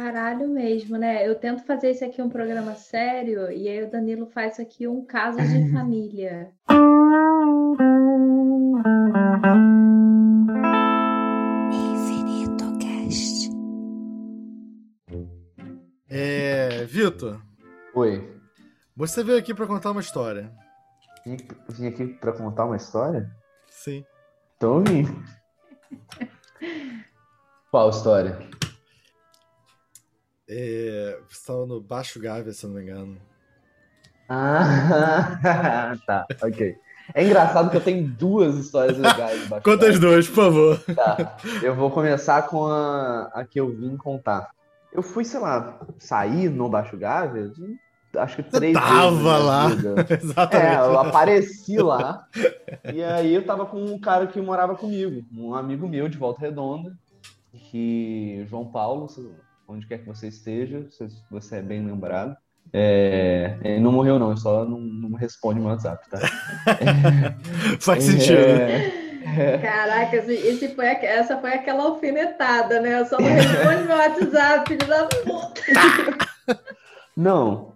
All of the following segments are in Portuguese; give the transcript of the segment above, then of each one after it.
caralho mesmo, né? Eu tento fazer isso aqui um programa sério e aí o Danilo faz isso aqui um caso de família. Infinito Cast. Vitor, Oi, você veio aqui pra contar uma história. vim aqui pra contar uma história? Sim. Então eu vim. Qual história? Você estava no Baixo Gávea, se eu não me engano. Ah, tá, ok. É engraçado que eu tenho duas histórias legais de Baixo Conta as Gávea. duas, por favor. Tá, eu vou começar com a que eu vim contar. Eu fui, sei lá, sair no Baixo Gávea, acho que Você 3 vezes na tava minha lá. vida. Exatamente. Eu apareci lá. E aí eu tava com um cara que morava comigo, um amigo meu de Volta Redonda, que João Paulo, onde quer que você esteja, se você é bem lembrado. Ele não morreu não, ele só não responde no WhatsApp, tá? Faz sentido. Caraca, essa foi aquela alfinetada, né? Eu só não respondo meu WhatsApp, filho da puta. Não,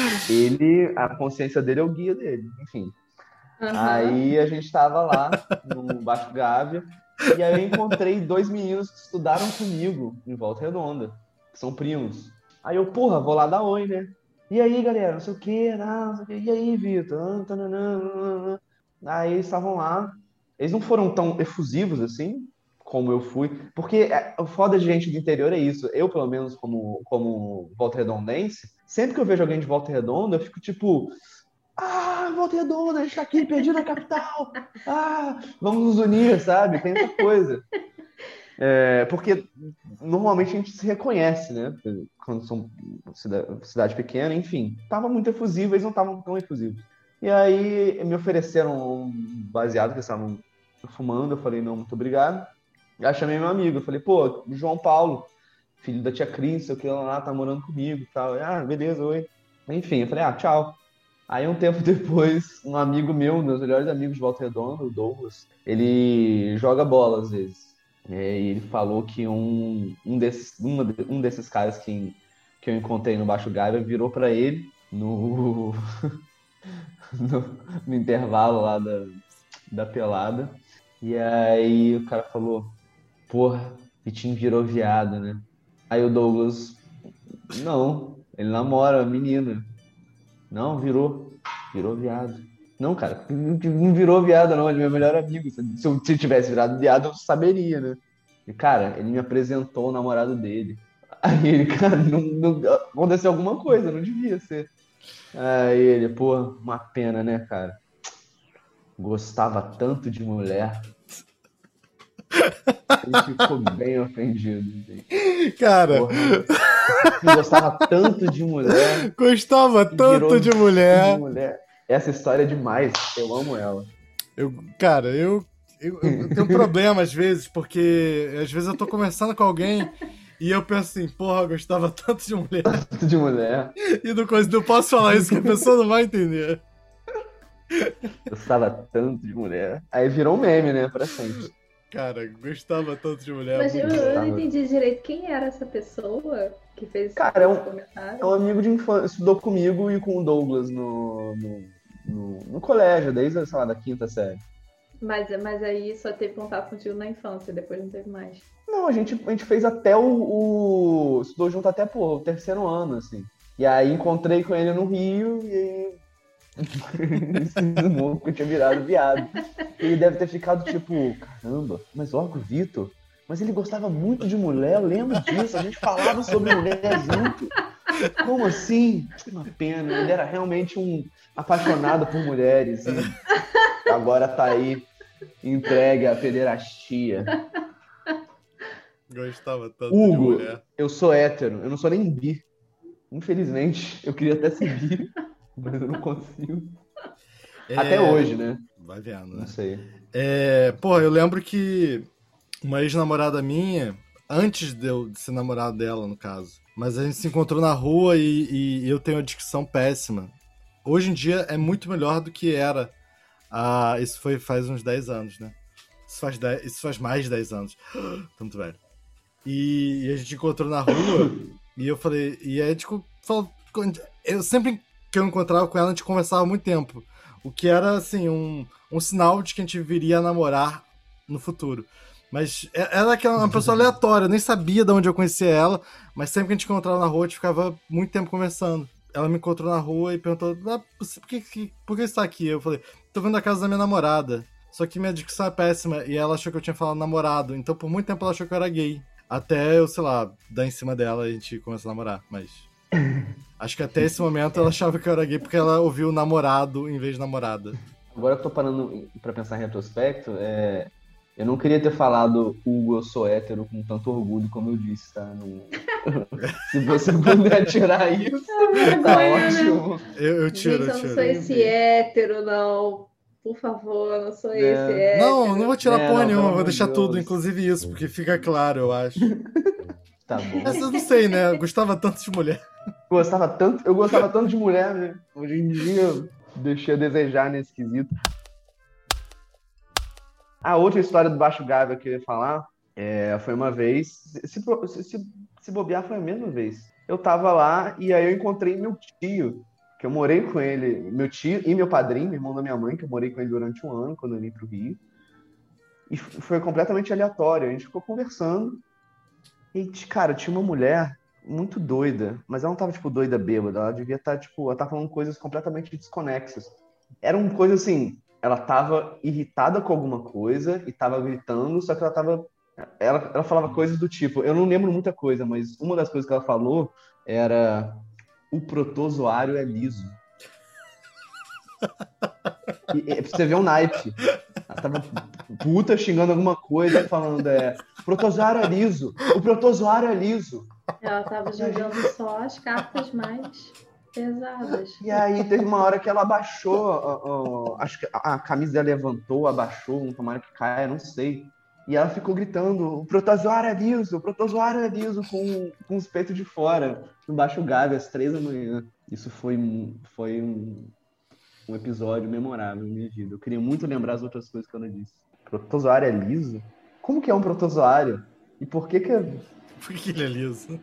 a consciência dele é o guia dele, enfim. Uhum. Aí a gente tava lá no Baixo Gávea, e aí eu encontrei 2 meninos que estudaram comigo em Volta Redonda, que são primos. Aí eu, porra, vou lá dar oi, né? E aí, galera, não sei o quê, não sei o quê. E aí, Vitor? Aí eles estavam lá. Eles não foram tão efusivos assim, como eu fui. Porque o foda de gente do interior é isso. Eu, pelo menos, como Volta Redondense, sempre que eu vejo alguém de Volta Redonda, eu fico tipo... Ah, Volta Redonda, a gente tá aqui perdido na capital. Ah, vamos nos unir, sabe? Tem essa coisa. Porque normalmente a gente se reconhece, né? Quando são cidade pequena, enfim. Tava muito efusivo, eles não estavam tão efusivos. E aí me ofereceram um baseado que eles estavam fumando, eu falei, não, muito obrigado. Aí chamei meu amigo, eu falei, pô, João Paulo, filho da tia Cris, sei o que lá, tá morando comigo e tal. Beleza, oi. Enfim, eu falei, tchau. Aí um tempo depois, um amigo meu, um dos melhores amigos de Volta Redonda, o Douglas, ele joga bola às vezes. E ele falou que um desses caras que eu encontrei no Baixo Gávea virou pra ele no, no intervalo lá da pelada. E aí o cara falou, porra, Vitinho virou viado, né? Aí o Douglas, não, ele namora a menina. Não, virou viado. Não, cara, não virou viado, não. Ele é meu melhor amigo. Se tivesse virado viado, eu saberia, né? E, cara, ele me apresentou o namorado dele. Aí ele, cara, não aconteceu alguma coisa, não devia ser. Aí ele, pô, uma pena, né, cara? Gostava tanto de mulher. Ele ficou bem ofendido, gente. Cara, Porra, gostava tanto de mulher. Gostava tanto de mulher. Essa história é demais. Eu amo ela. Eu tenho um problema às vezes, porque às vezes eu tô conversando com alguém e eu penso assim, porra, eu gostava tanto de mulher. De mulher. E não posso falar isso que a pessoa não vai entender. Gostava tanto de mulher. Aí virou um meme, né? Pra sempre. Cara, gostava tanto de mulher. Mas eu não entendi direito quem era essa pessoa que fez cara, esse comentário. É um amigo de infância, estudou comigo e com o Douglas no colégio, desde, sei lá, da 5ª série. Mas aí só teve contato contigo na infância, depois não teve mais. Não, a gente fez até estudou junto até, o 3º ano, assim. E aí encontrei com ele no Rio e aí... cismou que eu tinha virado viado. Ele deve ter ficado tipo, caramba, mas logo o Vitor, mas ele gostava muito de mulher, eu lembro disso, a gente falava sobre mulher junto. Como assim? Uma pena, ele era realmente um apaixonado por mulheres e agora tá aí entregue à pederastia. Gostava tanto Hugo, de mulher. Eu sou hétero, eu não sou nem bi. Infelizmente, eu queria até ser bi, mas eu não consigo. Até hoje, né? Vai vendo, né? Não sei. Eu lembro que uma ex-namorada minha, antes de eu ser namorado dela, no caso, mas a gente se encontrou na rua e eu tenho uma dicção péssima. Hoje em dia é muito melhor do que era. Isso faz uns 10 anos, né? Isso faz mais de 10 anos. Tanto velho. E a gente encontrou na rua E eu falei, e aí, tipo, eu sempre que eu encontrava com ela, a gente conversava há muito tempo. O que era, assim, um sinal de que a gente viria a namorar no futuro. Mas ela é uma pessoa aleatória, eu nem sabia de onde eu conhecia ela, mas sempre que a gente encontrava na rua, a gente ficava muito tempo conversando. Ela me encontrou na rua e perguntou, por que você tá aqui? Eu falei, tô vindo da casa da minha namorada. Só que minha dicção é péssima e ela achou que eu tinha falado namorado. Então por muito tempo ela achou que eu era gay. Até eu, sei lá, dar em cima dela e a gente começar a namorar. Mas acho que até esse momento ela achava que eu era gay porque ela ouviu namorado em vez de namorada. Agora eu tô parando pra pensar em retrospecto, eu não queria ter falado Hugo, eu sou hétero com tanto orgulho como eu disse, tá? Se você puder tirar isso, tá ótimo. Eu tiro, Gente, eu não sou esse hétero, não. Por favor, não sou esse hétero. Não vou tirar porra nenhuma, vou deixar Deus. tudo, inclusive isso, porque fica claro, eu acho. Tá bom. Mas eu não sei, né? Eu gostava tanto de mulher. Eu gostava tanto de mulher, né? Hoje em dia eu deixei a desejar nesse quesito. A outra história do Baixo Gávea que eu ia falar foi uma vez, se bobear foi a mesma vez. Eu tava lá e aí eu encontrei meu tio, que eu morei com ele, meu tio e meu padrinho, irmão da minha mãe, que eu morei com ele durante um ano quando eu vim pro Rio. E foi completamente aleatório, a gente ficou conversando e, cara, tinha uma mulher muito doida, mas ela não tava, tipo, doida bêbada, ela devia estar, tipo, ela tava falando coisas completamente desconexas. Eram coisas assim, ela tava irritada com alguma coisa e tava gritando, só que ela falava coisas do tipo, eu não lembro muita coisa, mas uma das coisas que ela falou era o protozoário é liso. Pra você ver o naipe. Ela tava puta xingando alguma coisa, falando protozoário é liso, o protozoário é liso. Ela tava jogando só as cartas mais pesadas. E aí teve uma hora que ela abaixou, acho que a camisa dela levantou, abaixou, tomara que caia, não sei. E ela ficou gritando, o protozoário é liso, com os peitos de fora, no Baixo Gávea, às 3 da manhã. Isso foi um episódio memorável na minha vida. Eu queria muito lembrar as outras coisas que ela disse. Protozoário é liso? Como que é um protozoário? E por que é... Por que ele é liso?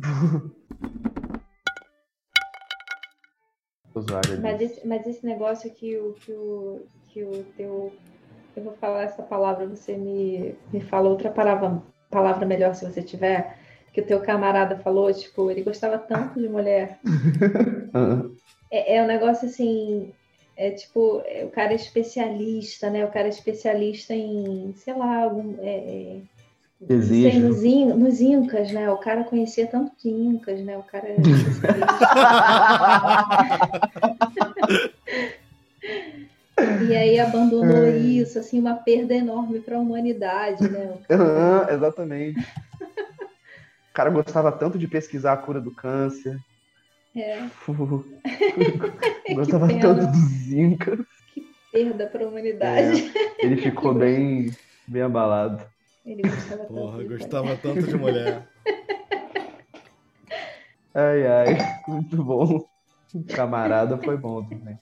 Mas esse negócio que o teu... Eu vou falar essa palavra, você me fala outra palavra melhor se você tiver, que o teu camarada falou, tipo, ele gostava tanto de mulher. É um negócio assim, tipo, o cara é especialista, né? O cara é especialista em, sei lá, desejo. Nos incas, né? O cara conhecia tanto de incas, né? O cara é E aí abandonou isso, assim, uma perda enorme para a humanidade, né? Exatamente. O cara gostava tanto de pesquisar a cura do câncer. Gostava tanto dos incas. Que perda para a humanidade. Ele ficou bem abalado. Ele gostava tanto. Porra, gostava tanto de mulher. Ai, muito bom. O camarada foi bom também.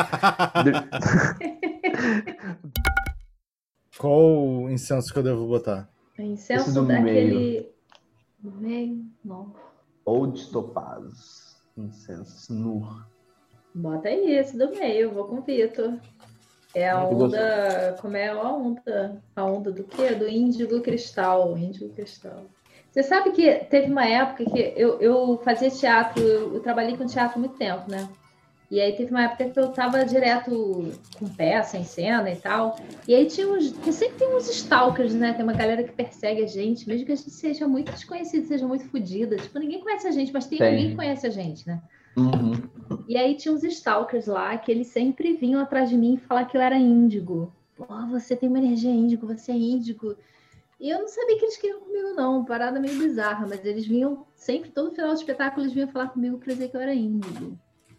Qual o incenso que eu devo botar? O incenso daquele... Do meio? Não. Old Topaz. Incenso Nur. Bota aí esse do meio, eu vou com o Vitor. É a onda... Como é a onda? A onda do quê? Do índigo cristal. Índigo cristal. Você sabe que teve uma época que eu fazia teatro, eu trabalhei com teatro há muito tempo, né? E aí teve uma época que eu tava direto com peça, em cena e tal. E aí sempre tem uns stalkers, né? Tem uma galera que persegue a gente, mesmo que a gente seja muito desconhecido, seja muito fodida. Tipo, ninguém conhece a gente, mas tem alguém que conhece a gente, né? Uhum. E aí tinha uns stalkers lá que eles sempre vinham atrás de mim e falar que eu era índigo. Pô, você tem uma energia índigo, você é índigo. E eu não sabia que eles queriam comigo, não. Parada meio bizarra, mas eles vinham sempre, todo final do espetáculo, eles vinham falar comigo pra dizer que eu era índigo.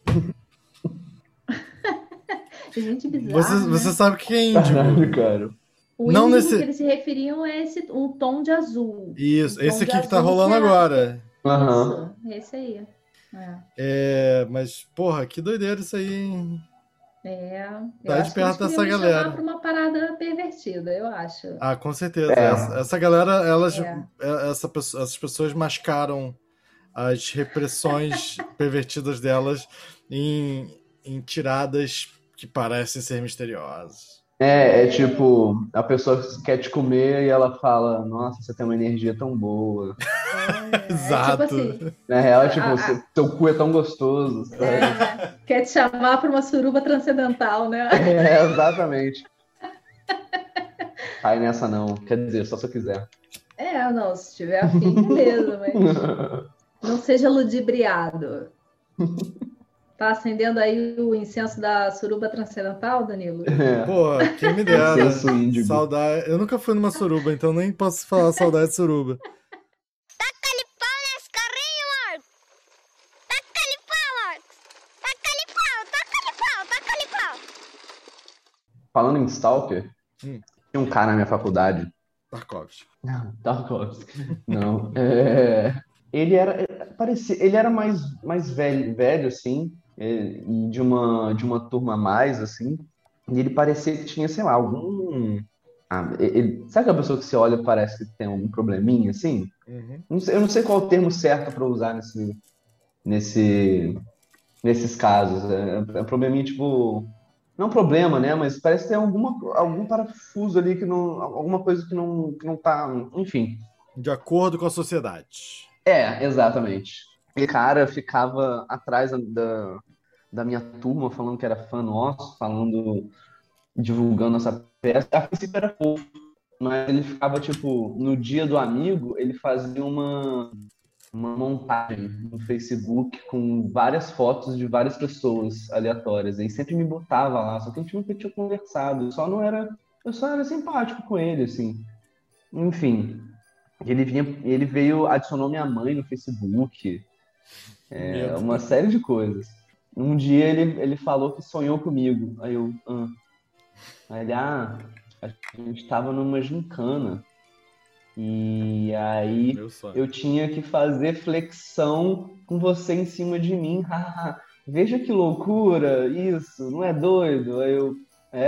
Gente bizarra, Você né? sabe o que é índigo? Caralho, cara. O não índigo nesse... que eles se referiam é um tom de azul. Isso, esse aqui que tá azul rolando agora. Isso, esse aí. Mas, porra, que doideira isso aí, hein? Tá de perto dessa galera. Chamar pra uma parada pervertida, eu acho. Ah, com certeza. Essa galera, essas pessoas mascaram as repressões pervertidas delas em tiradas que parecem ser misteriosas. É tipo, a pessoa quer te comer e ela fala, nossa, você tem uma energia tão boa. É tipo Exato. assim, Na real, tipo, seu cu é tão gostoso. quer te chamar para uma suruba transcendental, né? Exatamente. Cai nessa não, quer dizer, só se eu quiser. Não, se tiver afim, beleza, mas não seja ludibriado. Tá acendendo aí o incenso da suruba transcendental, Danilo? Pô, quem me dera. Incenso índigo. Saudade. Eu nunca fui numa suruba, então nem posso falar saudade de suruba. Taca-lhe pau nesse carrinho, Marcos! Taca-lhe pau, Marcos! Taca-lhe pau, taca-lhe pau! Falando em stalker, tinha um cara na minha faculdade. Tarkovsky. Tarkovsky. Não. Ele era mais velho, assim, e de uma turma a mais, assim, e ele parecia que tinha, sei lá, algum. Sabe aquela pessoa que você olha e parece que tem algum probleminha, assim? Uhum. Eu não sei qual o termo certo para usar nesses casos. É um probleminha, tipo. Não um problema, né? Mas parece que tem algum parafuso ali que não. Alguma coisa que não tá. Enfim. De acordo com a sociedade. Exatamente. E cara ficava atrás da minha turma, falando que era fã nosso, divulgando essa peça. A princípio era fofo, mas ele ficava, tipo, no dia do amigo, ele fazia uma montagem no Facebook com várias fotos de várias pessoas aleatórias. E sempre me botava lá, só que a gente nunca tinha conversado. Eu só era simpático com ele, assim. Enfim. Ele veio, adicionou minha mãe no Facebook, uma série de coisas. Um dia ele falou que sonhou comigo. Aí eu, Aí ele, a gente estava numa gincana. E aí eu tinha que fazer flexão com você em cima de mim. Veja que loucura isso, não é doido? Aí eu,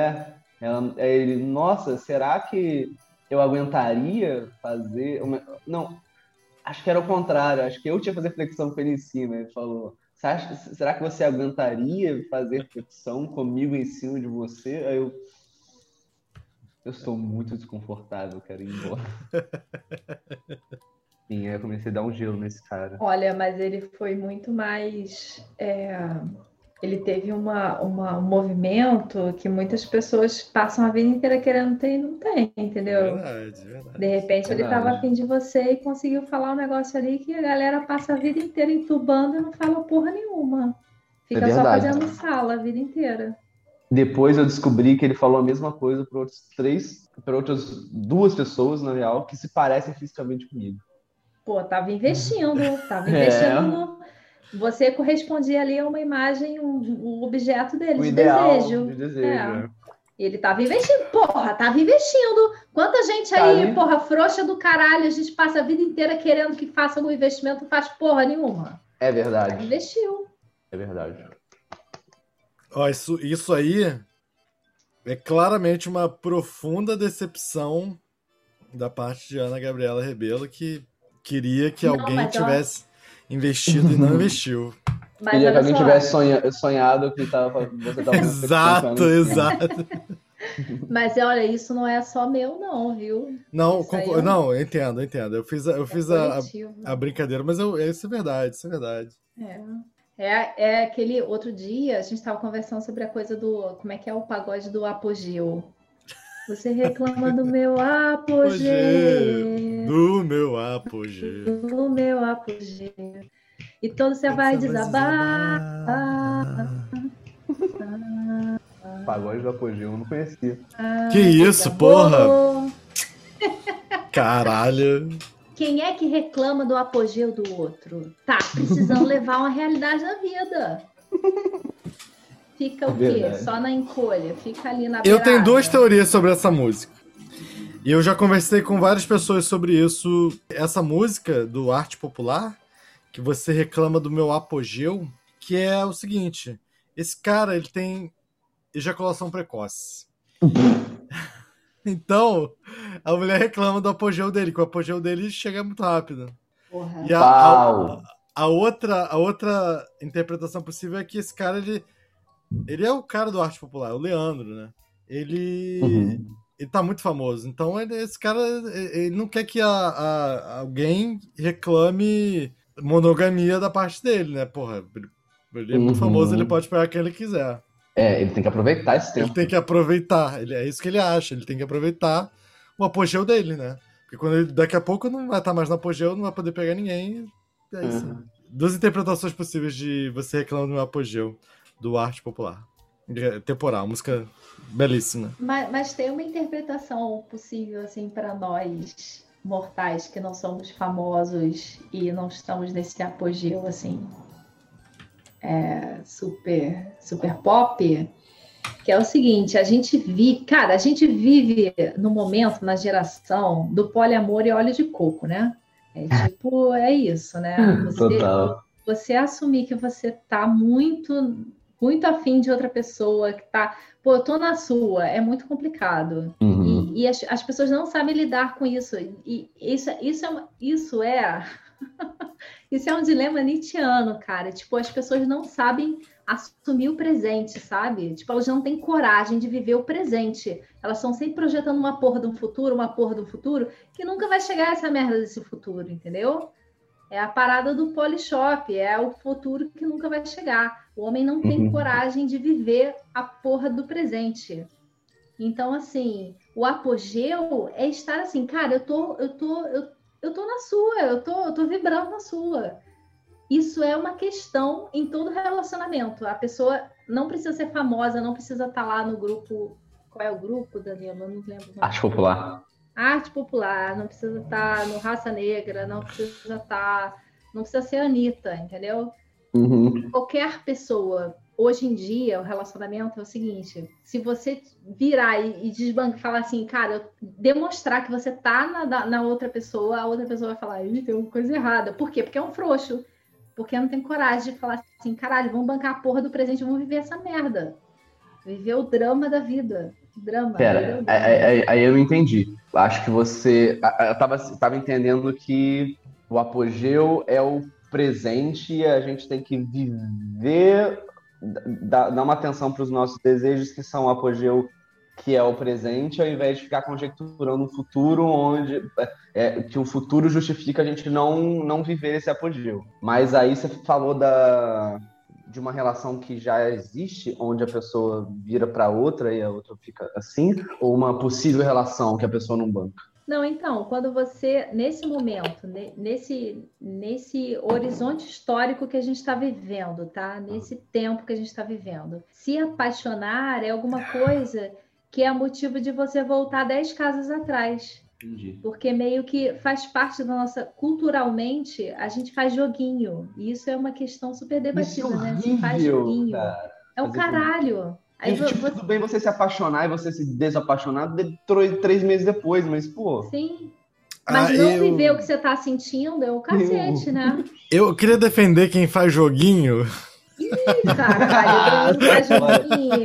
aí ele, nossa, será que eu aguentaria fazer? Não, acho que era o contrário, acho que eu tinha que fazer flexão com ele em cima. Ele falou, será que você aguentaria fazer flexão comigo em cima de você? Aí eu estou muito desconfortável, quero ir embora. Sim, aí eu comecei a dar um gelo nesse cara. Olha, mas ele foi muito mais... Ele teve um movimento que muitas pessoas passam a vida inteira querendo ter e não tem, entendeu? Verdade. De repente ele estava afim de você e conseguiu falar um negócio ali que a galera passa a vida inteira entubando e não fala porra nenhuma. Fica só fazendo sala a vida inteira. Depois eu descobri que ele falou a mesma coisa para outras 2 pessoas, na real, que se parecem fisicamente comigo. Pô, tava investindo no... Você correspondia ali a uma imagem, um objeto dele, de desejo. De desejo. Ele tava investindo, tava investindo. Quanta gente aí, frouxa do caralho, a gente passa a vida inteira querendo que faça algum investimento, não faz porra nenhuma. É verdade. Ele investiu. É verdade. Ó, isso aí é claramente uma profunda decepção da parte de Ana Gabriela Rebelo, que queria que alguém tivesse investido e não investiu. Queria que alguém tivesse sonhado que você estava Exato. Mas olha, isso não é só meu, não, viu? Não, não, entendo. Eu fiz a brincadeira, mas isso é verdade, É aquele outro dia, a gente estava conversando sobre a coisa do... Como é que é o pagode do apogeu? Você reclama do meu apogeu. Do meu apogeu. E todo você vai desabar. Pagode do apogeu, eu não conhecia. Que isso, porra? Caralho. Quem é que reclama do apogeu do outro? Tá precisando levar uma realidade na vida. Fica o quê? Só na encolha. Fica ali na beirada. Eu tenho 2 teorias sobre essa música. E eu já conversei com várias pessoas sobre isso. Essa música do Arte Popular, que você reclama do meu apogeu, que é o seguinte. Esse cara, ele tem ejaculação precoce. Então, a mulher reclama do apogeu dele, que o apogeu dele chega muito rápido. Porra. E A outra interpretação possível é que esse cara, ele é o cara do arte popular, o Leandro, né? Ele tá muito famoso. Então, esse cara, ele não quer que alguém reclame monogamia da parte dele, né? Porra, ele é muito famoso, ele pode pegar quem ele quiser. Ele tem que aproveitar esse tempo. Ele tem que aproveitar, é isso que ele acha, ele tem que aproveitar o apogeu dele, né? Porque daqui a pouco não vai estar mais no apogeu, não vai poder pegar ninguém. É isso. Duas interpretações possíveis de você reclamando do apogeu do arte popular. Temporal, música belíssima. Mas tem uma interpretação possível, assim, para nós mortais que não somos famosos e não estamos nesse apogeu, assim, super pop, que é o seguinte, a gente vive no momento, na geração do poliamor e óleo de coco, né? É isso, né? Total. Você assumir que você tá muito afim de outra pessoa, que tá... Pô, eu tô na sua, é muito complicado. E as pessoas não sabem lidar com isso. E isso é um dilema nietzschiano, cara. Tipo, as pessoas não sabem assumir o presente, sabe? Tipo, elas não têm coragem de viver o presente. Elas estão sempre projetando uma porra de um futuro, que nunca vai chegar essa merda desse futuro, entendeu? É a parada do Polishop, é o futuro que nunca vai chegar. O homem não tem coragem de viver a porra do presente. Então, assim, o apogeu é estar assim, cara, eu tô na sua, eu tô vibrando na sua. Isso é uma questão em todo relacionamento. A pessoa não precisa ser famosa, não precisa estar lá no grupo. Qual é o grupo, Danilo? Eu não lembro. Arte popular. Arte popular, não precisa estar no Raça Negra, não precisa ser a Anitta, entendeu? Qualquer pessoa, hoje em dia, o relacionamento é o seguinte, se você virar e desbancar, falar assim, cara, demonstrar que você tá na outra pessoa, a outra pessoa vai falar, ih, tem uma coisa errada. Por quê? Porque é um frouxo. Porque não tem coragem de falar assim, caralho, vamos bancar a porra do presente, vamos viver essa merda. Viver o drama da vida. Pera, aí eu entendi. Acho que você... Eu tava entendendo que o apogeu é o presente e a gente tem que viver, dar uma atenção para os nossos desejos, que são o apogeu, que é o presente, ao invés de ficar conjecturando um futuro onde que o futuro justifica a gente não viver esse apogeu. Mas aí você falou de uma relação que já existe, onde a pessoa vira para outra e a outra fica assim, ou uma possível relação que a pessoa não banca? Não, então, quando você, nesse momento, nesse horizonte histórico que a gente está vivendo, tá? Nesse tempo que a gente está vivendo, se apaixonar é alguma coisa que é motivo de você voltar 10 casas atrás. Entendi. Porque meio que faz parte da nossa... Culturalmente, a gente faz joguinho. E isso é uma questão super debatida, né? Se faz joguinho. Cara, é o caralho. Aí, tudo bem você se apaixonar e você se desapaixonar 3 meses depois, mas, pô... Sim. Mas não viver o que você tá sentindo é o cacete, né? Eu queria defender quem faz joguinho... Caralho, faz joguinho.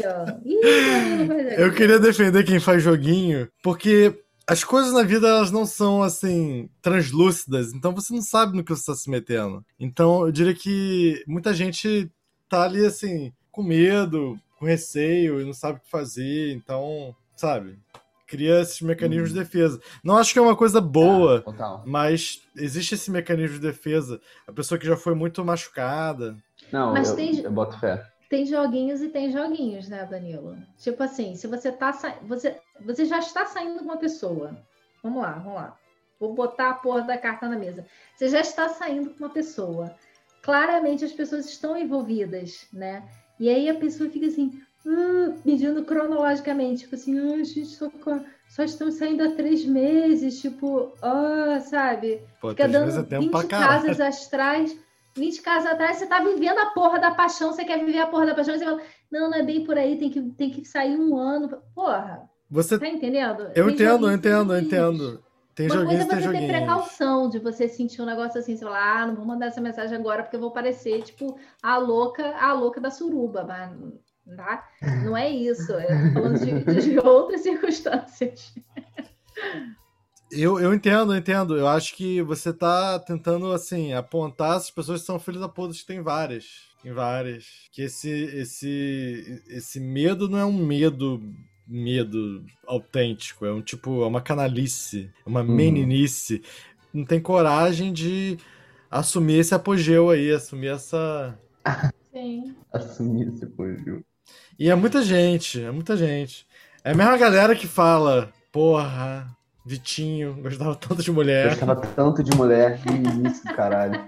Eu queria defender quem faz joguinho, porque as coisas na vida, elas não são, assim, translúcidas, então você não sabe no que você está se metendo. Então, eu diria que muita gente tá ali, assim, com medo, com receio, e não sabe o que fazer, então, sabe... Cria esses mecanismos de defesa. Não acho que é uma coisa boa, mas existe esse mecanismo de defesa. A pessoa que já foi muito machucada... Não, eu boto fé. Tem joguinhos e tem joguinhos, né, Danilo? Tipo assim, se você tá você já está saindo com uma pessoa. Vamos lá. Vou botar a porra da carta na mesa. Você já está saindo com uma pessoa. Claramente as pessoas estão envolvidas, né? E aí a pessoa fica assim, medindo cronologicamente, tipo assim, a gente só estamos saindo há 3 meses, tipo, sabe? Pô, fica 3 dando meses é tempo 20 pra caralho. casas astrais. 20 casas atrás, você tá vivendo a porra da paixão, você quer viver a porra da paixão, e você fala, não é bem por aí, tem que sair 1 ano. Porra, você tá entendendo? Eu entendo. Tem uma joguinhos, coisa é tem você ter joguinhos. precaução de você sentir um negócio assim, você fala, não vou mandar essa mensagem agora porque eu vou parecer, tipo, a louca da suruba, mas tá? Não é isso, eu tô falando de outras circunstâncias. Eu entendo. Eu acho que você tá tentando, assim, apontar essas pessoas que são filhos da puta, que tem várias. Tem várias. Que esse medo não é um medo autêntico. É é uma canalice, é uma meninice. Não tem coragem de assumir esse apogeu aí, assumir essa... Sim. Assumir esse apogeu. E é muita gente, é muita gente. É a mesma galera que fala, porra, Vitinho, gostava tanto de mulher. Gostava tanto de mulher. Que isso, caralho.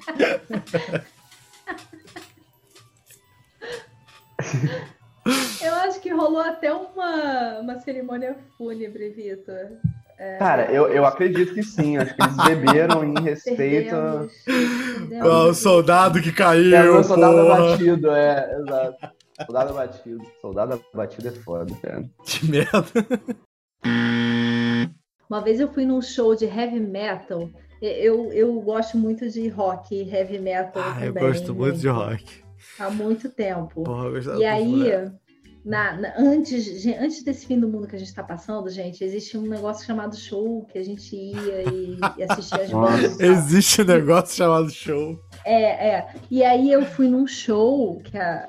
Eu acho que rolou até uma cerimônia fúnebre, Vitor. Cara, eu acredito que sim. Acho que eles beberam em respeito. O soldado que caiu, É o soldado porra. abatido, exato. Soldado abatido. Soldado abatido é foda, cara. Que merda. Uma vez eu fui num show de heavy metal. Eu gosto muito de rock e heavy metal também. Eu gosto muito de rock. Há muito tempo. Porra, eu gostava E aí, antes desse fim do mundo que a gente tá passando, gente, existe um negócio chamado show que a gente ia e assistia as bandas. Existe um negócio chamado show. E aí eu fui num show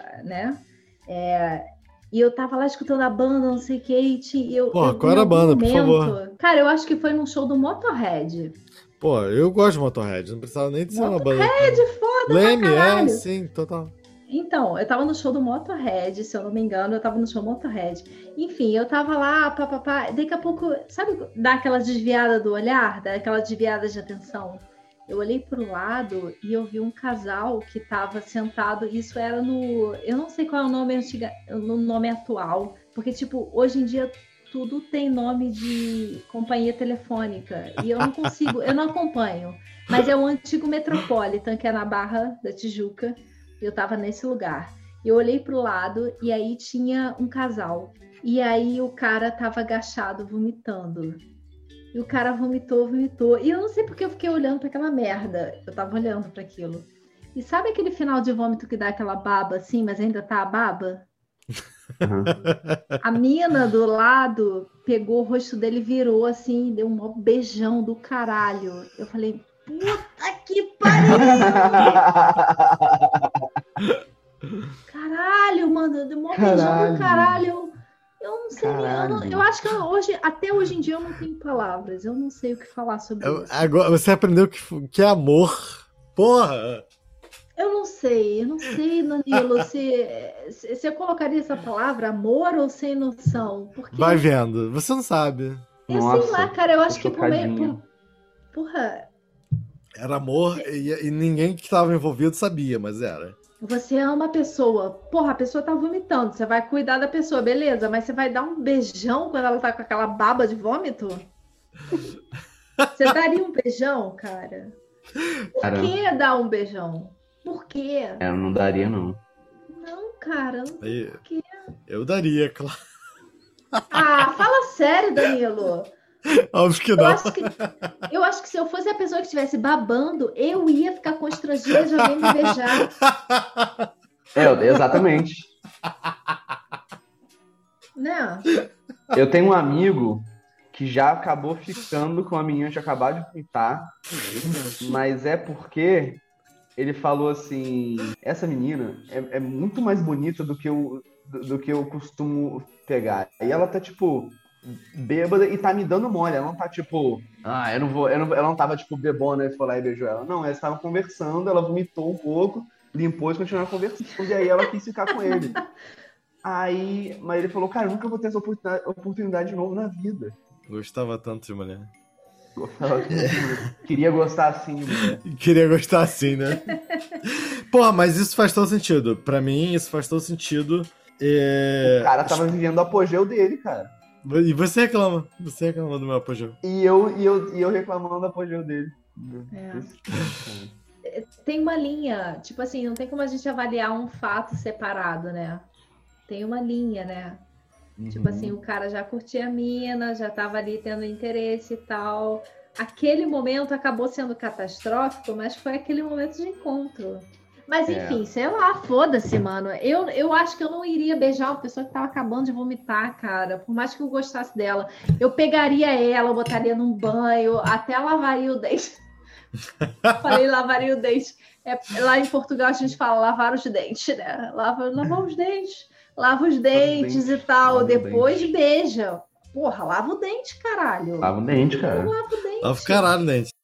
e eu tava lá escutando a banda, não sei o que. Qual era a banda, por favor? Cara, eu acho que foi num show do Motorhead. Pô, eu gosto de Motorhead, não precisava nem de ser uma banda. Motorhead, foda Leme, pra caralho. sim, total. Então, eu tava no show do Motorhead, se eu não me engano, eu tava no show Motorhead. Enfim, eu tava lá, papapá, daqui a pouco, sabe, dá aquela desviada do olhar, dá aquela desviada de atenção? Eu olhei pro lado e eu vi um casal que tava sentado, isso era no... Eu não sei qual é o nome no nome atual, porque, tipo, hoje em dia tudo tem nome de companhia telefônica, e eu não consigo, eu não acompanho, mas é o antigo Metropolitan, que é na Barra da Tijuca. Eu tava nesse lugar. Eu olhei pro lado e aí tinha um casal. E aí o cara tava agachado, vomitando. E o cara vomitou. E eu não sei porque eu fiquei olhando para aquela merda. Eu tava olhando para aquilo. E sabe aquele final de vômito que dá aquela baba assim, mas ainda tá a baba? Uhum. A mina do lado pegou o rosto dele, virou assim, deu um beijão do caralho. Eu falei, puta que pariu! Caralho, mano, deu um beijão do caralho. Eu não sei, eu acho que até hoje em dia eu não tenho palavras. Eu não sei o que falar sobre isso. Agora, você aprendeu que é amor. Porra! Eu não sei, Danilo, se eu colocaria essa palavra, amor ou sem noção? Porque vai vendo, você não sabe. Eu sei lá, cara, eu acho que porra. Era amor e ninguém que estava envolvido sabia, mas era. Você ama a pessoa, porra, a pessoa tá vomitando, você vai cuidar da pessoa, beleza, mas você vai dar um beijão quando ela tá com aquela baba de vômito? Você daria um beijão, cara? Por que dar um beijão? Por quê? Eu não daria, não. Não, cara, por quê? Eu daria, claro. Ah, fala sério, Danilo. Óbvio que não. Eu acho que se eu fosse a pessoa que estivesse babando, eu ia ficar constrangida de alguém me beijar. Exatamente. Não. Eu tenho um amigo que já acabou ficando com a menina que acabou de vomitar, mas é porque ele falou assim, essa menina é muito mais bonita do que eu costumo pegar. E ela tá, tipo, bêbada e tá me dando mole. Ela não tá, tipo, ela não tava, tipo, bebona e foi lá e beijou ela. Não, eles estavam conversando, ela vomitou um pouco, limpou e continuou conversando. E aí ela quis ficar com ele. Mas ele falou, cara, eu nunca vou ter essa oportunidade de novo na vida. Gostava tanto de mulher. Queria gostar assim, né? Queria gostar assim, né? Porra, mas isso faz todo sentido. Pra mim, isso faz todo sentido. O cara tava vivendo o apogeu dele, cara. E você reclama. Você reclama do meu apogeu. E eu reclamando do apogeu dele. Tem uma linha, tipo assim, não tem como a gente avaliar um fato separado, né? Tem uma linha, né? Tipo assim, o cara já curtia a mina, já tava ali tendo interesse e tal. Aquele momento acabou sendo catastrófico, mas foi aquele momento de encontro. Mas enfim, sei lá, foda-se, mano. Eu acho que eu não iria beijar uma pessoa que tava acabando de vomitar, cara. Por mais que eu gostasse dela. Eu pegaria ela, eu botaria num banho, até lavaria o dente. Falei lavaria o dente. Lá em Portugal a gente fala lavar os dentes, né? Lavar os dentes. Lava os dentes e tal. Lava o Depois dente. beija. Porra, lava o dente, caralho. Lava o dente, cara. Eu lavo o dente. Lava o caralho, dente.